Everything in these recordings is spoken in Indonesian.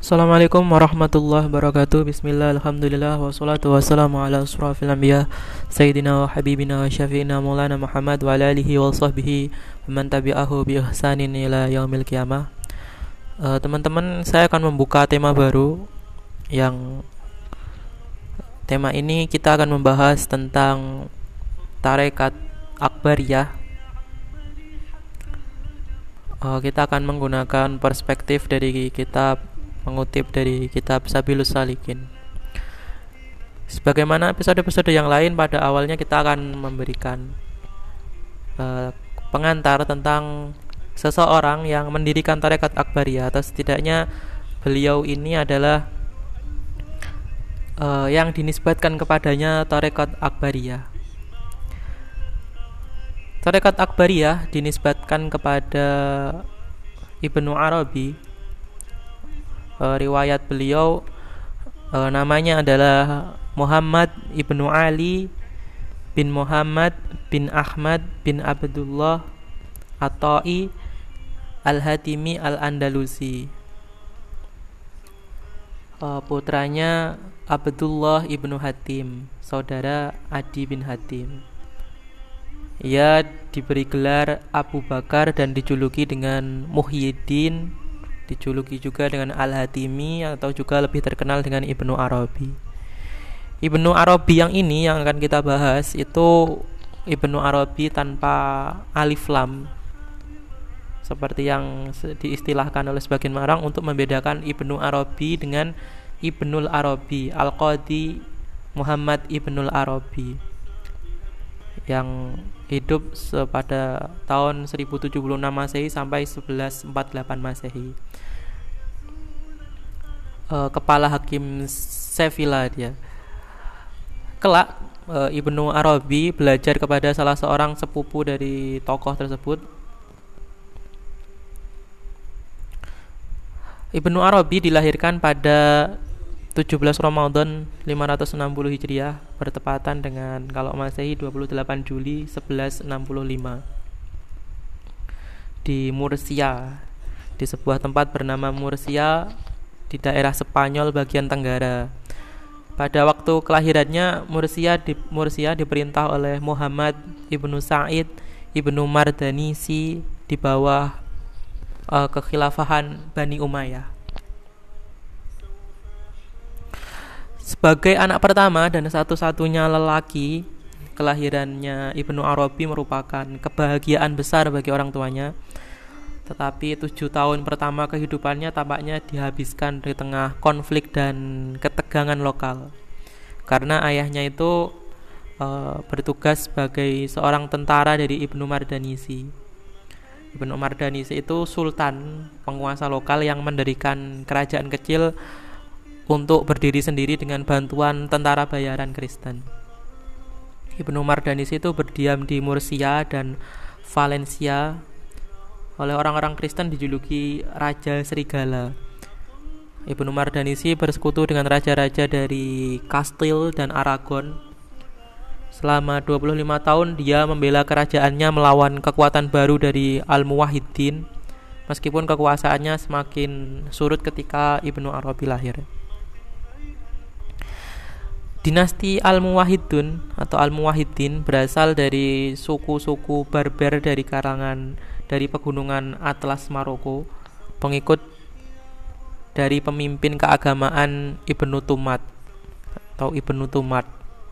Assalamualaikum warahmatullahi wabarakatuh. Bismillah, alhamdulillah, wassalatu wassalamu ala asrafil anbiya Sayyidina wa habibina wa syafi'ina maulana Muhammad wa ala alihi wa sahbihi man tabi'ahu bi ihsanin ila yaumil qiyamah. Teman-teman, saya akan membuka tema baru. Yang tema ini kita akan membahas tentang tarekat Akbariyah. Kita akan menggunakan perspektif dari kitab, mengutip dari kitab Sabilus Salikin. Sebagaimana episode-episode yang lain, pada awalnya kita akan memberikan pengantar tentang seseorang yang mendirikan tarekat Akbariyah, atau setidaknya beliau ini adalah yang dinisbatkan kepadanya tarekat Akbariyah. Tarekat Akbariyah dinisbatkan kepada Ibnu Arabi. Riwayat beliau namanya adalah Muhammad ibnu Ali bin Muhammad bin Ahmad bin Abdullah At-Ta'i Al-Hatimi Al-Andalusi. Putranya Abdullah ibnu Hatim, saudara Adi bin Hatim. Ia diberi gelar Abu Bakar dan dijuluki dengan Muhyiddin, dijuluki juga dengan Al-Hatimi, atau juga lebih terkenal dengan Ibnu Arabi. Ibnu Arabi yang ini yang akan kita bahas itu Ibnu Arabi tanpa alif lam, seperti yang diistilahkan oleh sebagian orang untuk membedakan Ibnu Arabi dengan Ibnul Arabi, Al-Qadi Muhammad Ibnul Arabi, yang hidup pada tahun 1076 Masehi sampai 1148 Masehi. Kepala hakim Sevilla dia. Kelak Ibnu Arabi belajar kepada salah seorang sepupu dari tokoh tersebut. Ibnu Arabi dilahirkan pada 17 Ramadan 560 Hijriah, bertepatan dengan kalau Masehi 28 Juli 1165 di Murcia, di sebuah tempat bernama Murcia di daerah Spanyol bagian tenggara. Pada waktu kelahirannya, Murcia diperintah oleh Muhammad ibnu Sa'id ibnu Mardanisi di bawah kekhilafahan Bani Umayyah. Sebagai anak pertama dan satu-satunya lelaki, kelahirannya Ibnu Arabi merupakan kebahagiaan besar bagi orang tuanya. Tetapi 7 tahun pertama kehidupannya tampaknya dihabiskan di tengah konflik dan ketegangan lokal, karena ayahnya itu bertugas sebagai seorang tentara dari Ibnu Mardanisi. Ibnu Mardanisi itu sultan, penguasa lokal yang mendirikan kerajaan kecil untuk berdiri sendiri dengan bantuan tentara bayaran Kristen. Ibnu Mardanisi itu berdiam di Murcia dan Valencia. Oleh orang-orang Kristen dijuluki Raja Serigala. Ibnu Mardanisi bersekutu dengan raja-raja dari Kastil dan Aragon. Selama 25 tahun dia membela kerajaannya melawan kekuatan baru dari Al-Muwahhidin, meskipun kekuasaannya semakin surut ketika Ibnu Arabi lahir. Dinasti Al-Muwahhidun atau Al-Muwahhidin berasal dari suku-suku Berber dari pegunungan Atlas Maroko, pengikut dari pemimpin keagamaan Ibnu Tumat atau Ibnu Tumat,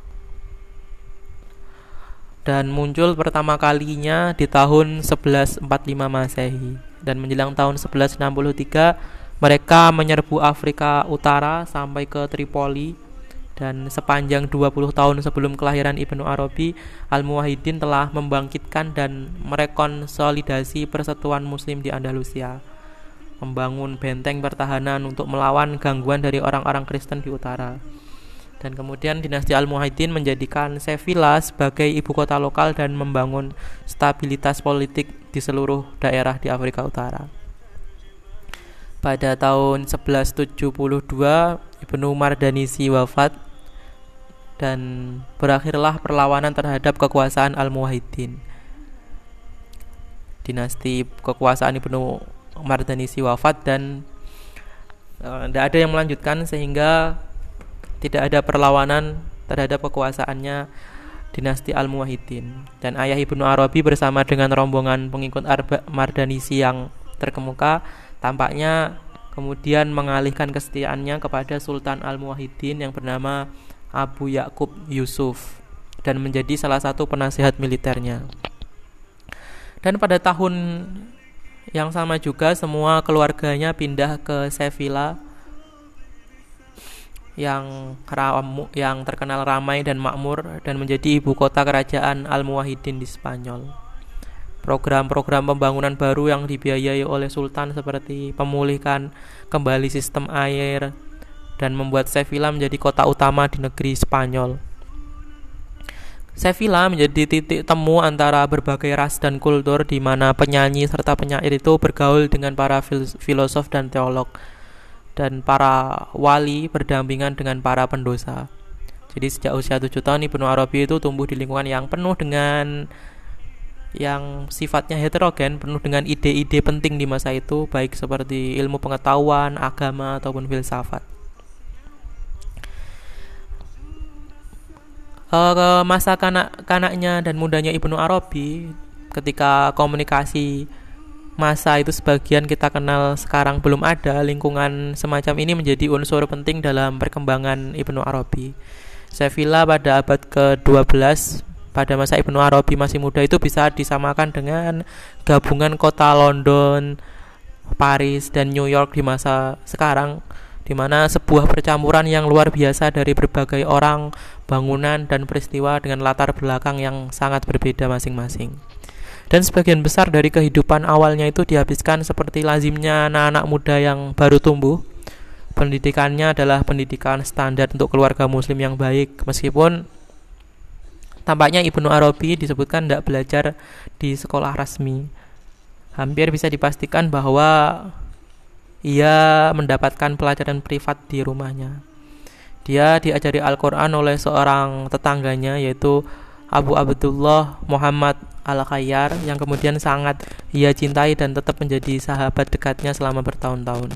dan muncul pertama kalinya di tahun 1145 Masehi, dan menjelang tahun 1163 mereka menyerbu Afrika Utara sampai ke Tripoli. Dan sepanjang 20 tahun sebelum kelahiran Ibnu Arabi, Al-Muwahhidin telah membangkitkan dan merekonsolidasi persatuan muslim di Andalusia, membangun benteng pertahanan untuk melawan gangguan dari orang-orang Kristen di utara. Dan kemudian dinasti Al-Muwahhidin menjadikan Sevilla sebagai ibu kota lokal dan membangun stabilitas politik di seluruh daerah di Afrika Utara. Pada tahun 1172 Ibnu Mardanisi wafat dan berakhirlah perlawanan terhadap kekuasaan Al-Muwahhidin. Dinasti kekuasaan Ibnu Mardanisi wafat dan tidak ada yang melanjutkan, sehingga tidak ada perlawanan terhadap kekuasaannya dinasti Al-Muwahhidin. Dan ayah Ibnu Arabi bersama dengan rombongan pengikut Mardanisi yang terkemuka tampaknya kemudian mengalihkan kesetiaannya kepada Sultan Al-Muwahhidin yang bernama Abu Ya'qub Yusuf dan menjadi salah satu penasihat militernya. Dan pada tahun yang sama juga semua keluarganya pindah ke Sevilla yang terkenal ramai dan makmur dan menjadi ibu kota kerajaan Al-Muwahhidin di Spanyol. Program-program pembangunan baru yang dibiayai oleh Sultan seperti memulihkan kembali sistem air dan membuat Sevilla menjadi kota utama di negeri Spanyol. Sevilla menjadi titik temu antara berbagai ras dan kultur di mana penyanyi serta penyair itu bergaul dengan para filosof dan teolog, dan para wali berdampingan dengan para pendosa. Jadi sejak usia 7 tahun Ibnu Arabi itu tumbuh di lingkungan yang penuh dengan yang sifatnya heterogen, penuh dengan ide-ide penting di masa itu, baik seperti ilmu pengetahuan, agama, ataupun filsafat. Masa kanak-kanaknya dan mudanya Ibnu Arabi, ketika komunikasi masa itu sebagian kita kenal sekarang belum ada, lingkungan semacam ini menjadi unsur penting dalam perkembangan Ibnu Arabi. Sevilla pada abad ke-12 pada masa Ibnu Arabi masih muda itu bisa disamakan dengan gabungan kota London, Paris, dan New York di masa sekarang, di mana sebuah percampuran yang luar biasa dari berbagai orang, bangunan, dan peristiwa dengan latar belakang yang sangat berbeda masing-masing. Dan sebagian besar dari kehidupan awalnya itu dihabiskan seperti lazimnya anak-anak muda yang baru tumbuh. Pendidikannya adalah pendidikan standar untuk keluarga muslim yang baik, meskipun tampaknya Ibnu Arabi disebutkan tidak belajar di sekolah resmi. Hampir bisa dipastikan bahwa ia mendapatkan pelajaran privat di rumahnya. Dia diajari Al-Quran oleh seorang tetangganya, yaitu Abu Abdullah Muhammad Al-Khayyar, yang kemudian sangat ia cintai dan tetap menjadi sahabat dekatnya selama bertahun-tahun.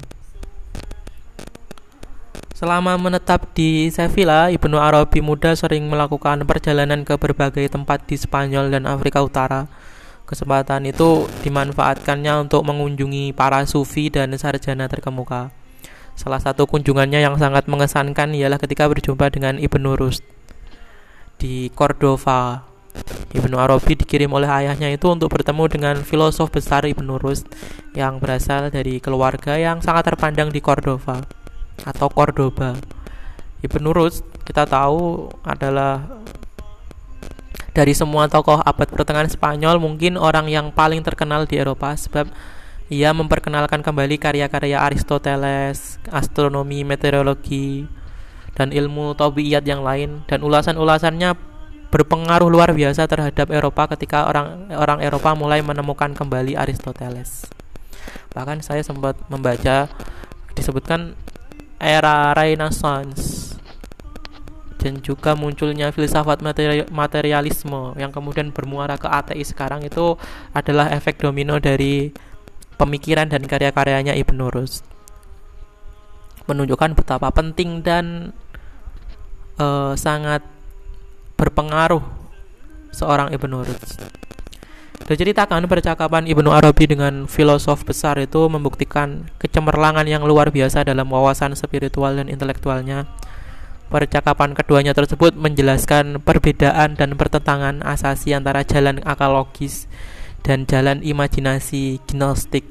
Selama menetap di Sevilla, Ibnu Arabi muda sering melakukan perjalanan ke berbagai tempat di Spanyol dan Afrika Utara. Kesempatan itu dimanfaatkannya untuk mengunjungi para sufi dan sarjana terkemuka. Salah satu kunjungannya yang sangat mengesankan ialah ketika berjumpa dengan Ibnu Rushd di Cordova. Ibnu Arabi dikirim oleh ayahnya itu untuk bertemu dengan filosof besar Ibnu Rushd yang berasal dari keluarga yang sangat terpandang di Cordova atau Cordoba. Ibnu Rushd kita tahu adalah dari semua tokoh abad pertengahan Spanyol mungkin orang yang paling terkenal di Eropa, sebab ia memperkenalkan kembali karya-karya Aristoteles, astronomi, meteorologi, dan ilmu tabiat yang lain, dan ulasan-ulasannya berpengaruh luar biasa terhadap Eropa ketika orang Eropa mulai menemukan kembali Aristoteles. Bahkan saya sempat membaca disebutkan era Renaissance dan juga munculnya filsafat materialisme yang kemudian bermuara ke ateis sekarang itu adalah efek domino dari pemikiran dan karya-karyanya Ibnu Rushd. Menunjukkan betapa penting dan sangat berpengaruh seorang Ibnu Rushd. Diceritakan percakapan Ibnu Arabi dengan filosof besar itu membuktikan kecemerlangan yang luar biasa dalam wawasan spiritual dan intelektualnya. Percakapan keduanya tersebut menjelaskan perbedaan dan pertentangan asasi antara jalan akal logis dan jalan imajinasi gnostik.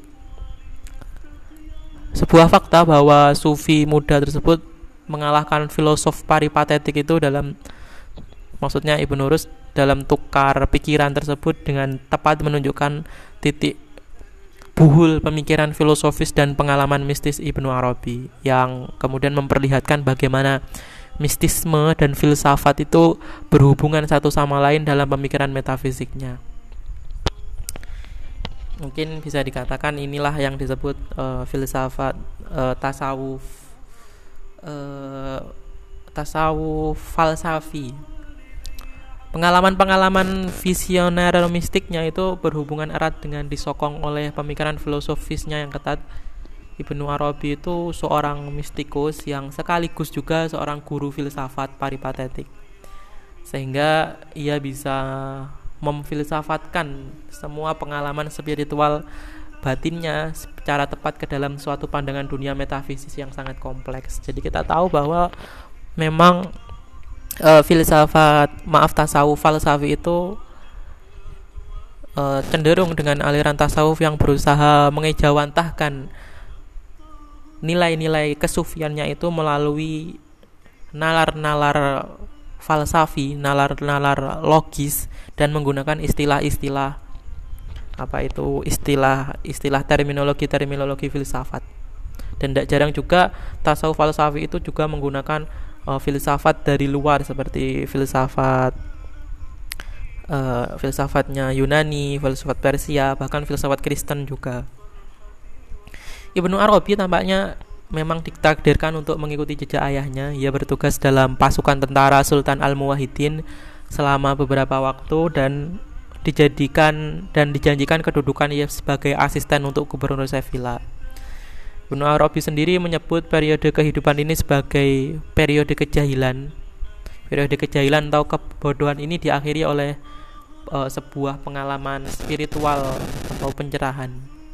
Sebuah fakta bahwa sufi muda tersebut mengalahkan filosof peripatetik itu maksudnya Ibnu Rushd dalam tukar pikiran tersebut dengan tepat menunjukkan titik buhul pemikiran filosofis dan pengalaman mistis Ibnu Arabi yang kemudian memperlihatkan bagaimana mistisme dan filsafat itu berhubungan satu sama lain dalam pemikiran metafisiknya. Mungkin bisa dikatakan inilah yang disebut filsafat tasawuf falsafi. Pengalaman-pengalaman visioner mistiknya itu berhubungan erat dengan disokong oleh pemikiran filosofisnya yang ketat, Ibnu Arabi itu seorang mistikus yang sekaligus juga seorang guru filsafat peripatetik, sehingga ia bisa memfilsafatkan semua pengalaman spiritual batinnya secara tepat ke dalam suatu pandangan dunia metafisis yang sangat kompleks. Jadi kita tahu bahwa memang tasawuf falsafi itu cenderung dengan aliran tasawuf yang berusaha mengejawantahkan nilai-nilai kesufiannya itu melalui nalar-nalar falsafi, nalar-nalar logis, dan menggunakan istilah-istilah istilah terminologi filsafat. Dan tidak jarang juga tasawuf falsafi itu juga menggunakan filsafat dari luar seperti filsafatnya Yunani, filsafat Persia, bahkan filsafat Kristen juga. Ibnu Arabi tampaknya memang ditakdirkan untuk mengikuti jejak ayahnya. Ia bertugas dalam pasukan tentara Sultan Al-Muwahhidin selama beberapa waktu dan dijanjikan kedudukan ia sebagai asisten untuk gubernur Sevilla. Ibnu Arabi sendiri menyebut periode kehidupan ini sebagai periode kejahilan. Periode kejahilan atau kebodohan ini diakhiri oleh sebuah pengalaman spiritual atau pencerahan.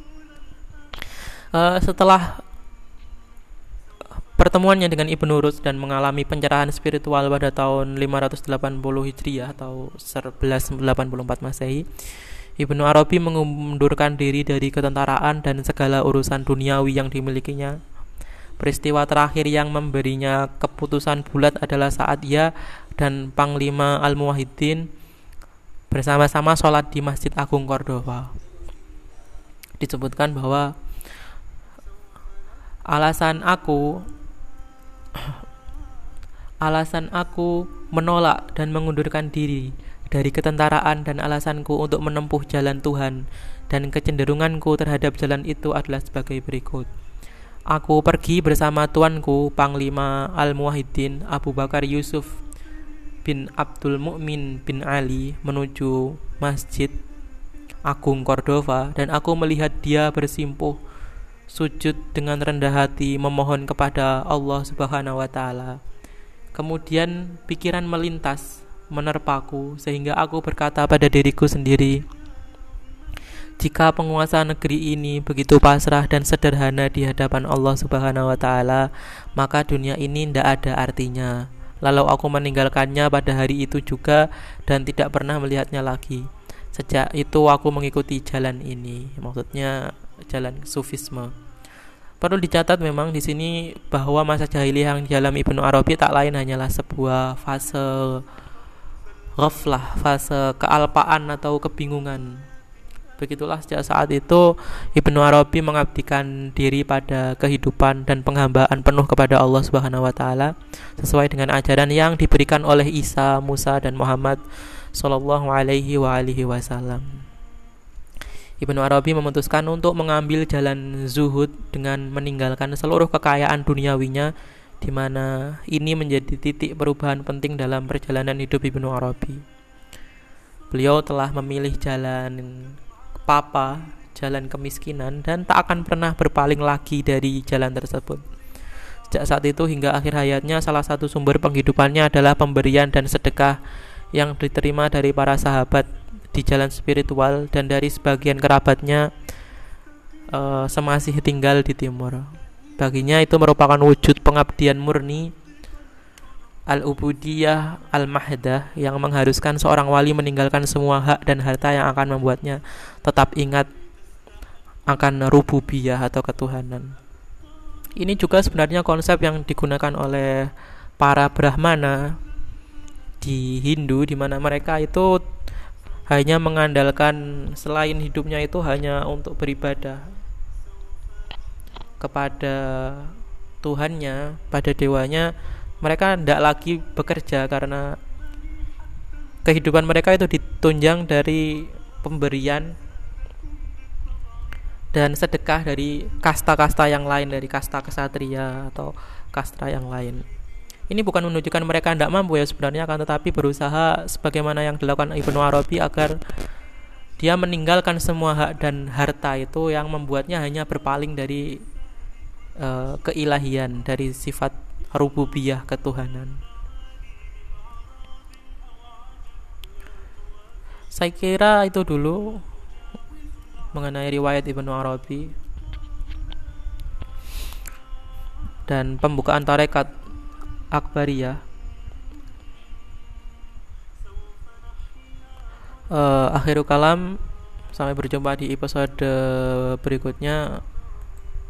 Setelah pertemuannya dengan Ibnu Rushd dan mengalami pencerahan spiritual pada tahun 580 Hijriah atau 1184 Masehi, Ibnu Arabi mengundurkan diri dari ketentaraan dan segala urusan duniawi yang dimilikinya. Peristiwa terakhir yang memberinya keputusan bulat adalah saat ia dan Panglima Al-Muwahhidin bersama-sama sholat di Masjid Agung Cordova. Disebutkan bahwa alasan aku menolak dan mengundurkan diri dari ketentaraan dan alasanku untuk menempuh jalan Tuhan dan kecenderunganku terhadap jalan itu adalah sebagai berikut. Aku pergi bersama tuanku Panglima Al-Muwahhidin Abu Bakar Yusuf bin Abdul Mu'min bin Ali menuju Masjid Agung Cordova, dan aku melihat dia bersimpuh sujud dengan rendah hati memohon kepada Allah Subhanahu wa taala. Kemudian pikiran melintas menerpaku sehingga aku berkata pada diriku sendiri, jika penguasa negeri ini begitu pasrah dan sederhana di hadapan Allah Subhanahu wa taala, maka dunia ini tidak ada artinya. Lalu aku meninggalkannya pada hari itu juga dan tidak pernah melihatnya lagi. Sejak itu aku mengikuti jalan ini, maksudnya jalan sufisme. Perlu dicatat memang di sini bahwa masa jahiliyah yang dialami Ibnu Arabi tak lain hanyalah sebuah fase ghaflah, fase kealpaan atau kebingungan. Begitulah sejak saat itu Ibnu Arabi mengabdikan diri pada kehidupan dan penghambaan penuh kepada Allah Subhanahu wa taala sesuai dengan ajaran yang diberikan oleh Isa, Musa dan Muhammad sallallahu alaihi wasallam. Ibnu Arabi memutuskan untuk mengambil jalan zuhud dengan meninggalkan seluruh kekayaan duniawinya, di mana ini menjadi titik perubahan penting dalam perjalanan hidup Ibnu Arabi. Beliau telah memilih jalan papa, jalan kemiskinan, dan tak akan pernah berpaling lagi dari jalan tersebut. Sejak saat itu hingga akhir hayatnya, salah satu sumber penghidupannya adalah pemberian dan sedekah yang diterima dari para sahabat di jalan spiritual dan dari sebagian kerabatnya semasih tinggal di timur. Baginya itu merupakan wujud pengabdian murni al-ubudiyah al-mahdah yang mengharuskan seorang wali meninggalkan semua hak dan harta yang akan membuatnya tetap ingat akan rububiyah atau ketuhanan. Ini juga sebenarnya konsep yang digunakan oleh para Brahmana di Hindu, di mana mereka itu hanya mengandalkan selain hidupnya itu hanya untuk beribadah kepada Tuhannya, pada dewanya. Mereka tidak lagi bekerja karena kehidupan mereka itu ditunjang dari pemberian dan sedekah dari kasta-kasta yang lain, dari kasta ksatria atau kasta yang lain. Ini bukan menunjukkan mereka tidak mampu ya sebenarnya, akan tetapi berusaha sebagaimana yang dilakukan Ibnu Arabi agar dia meninggalkan semua hak dan harta itu yang membuatnya hanya berpaling dari keilahian, dari sifat rububiyah, ketuhanan. Saya kira itu dulu mengenai riwayat Ibnu Arabi dan pembukaan tarekat Akbariyah. Akhirul kalam, sampai berjumpa di episode berikutnya.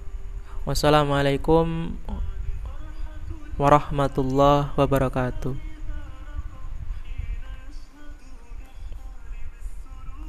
Wassalamualaikum warahmatullahi wabarakatuh.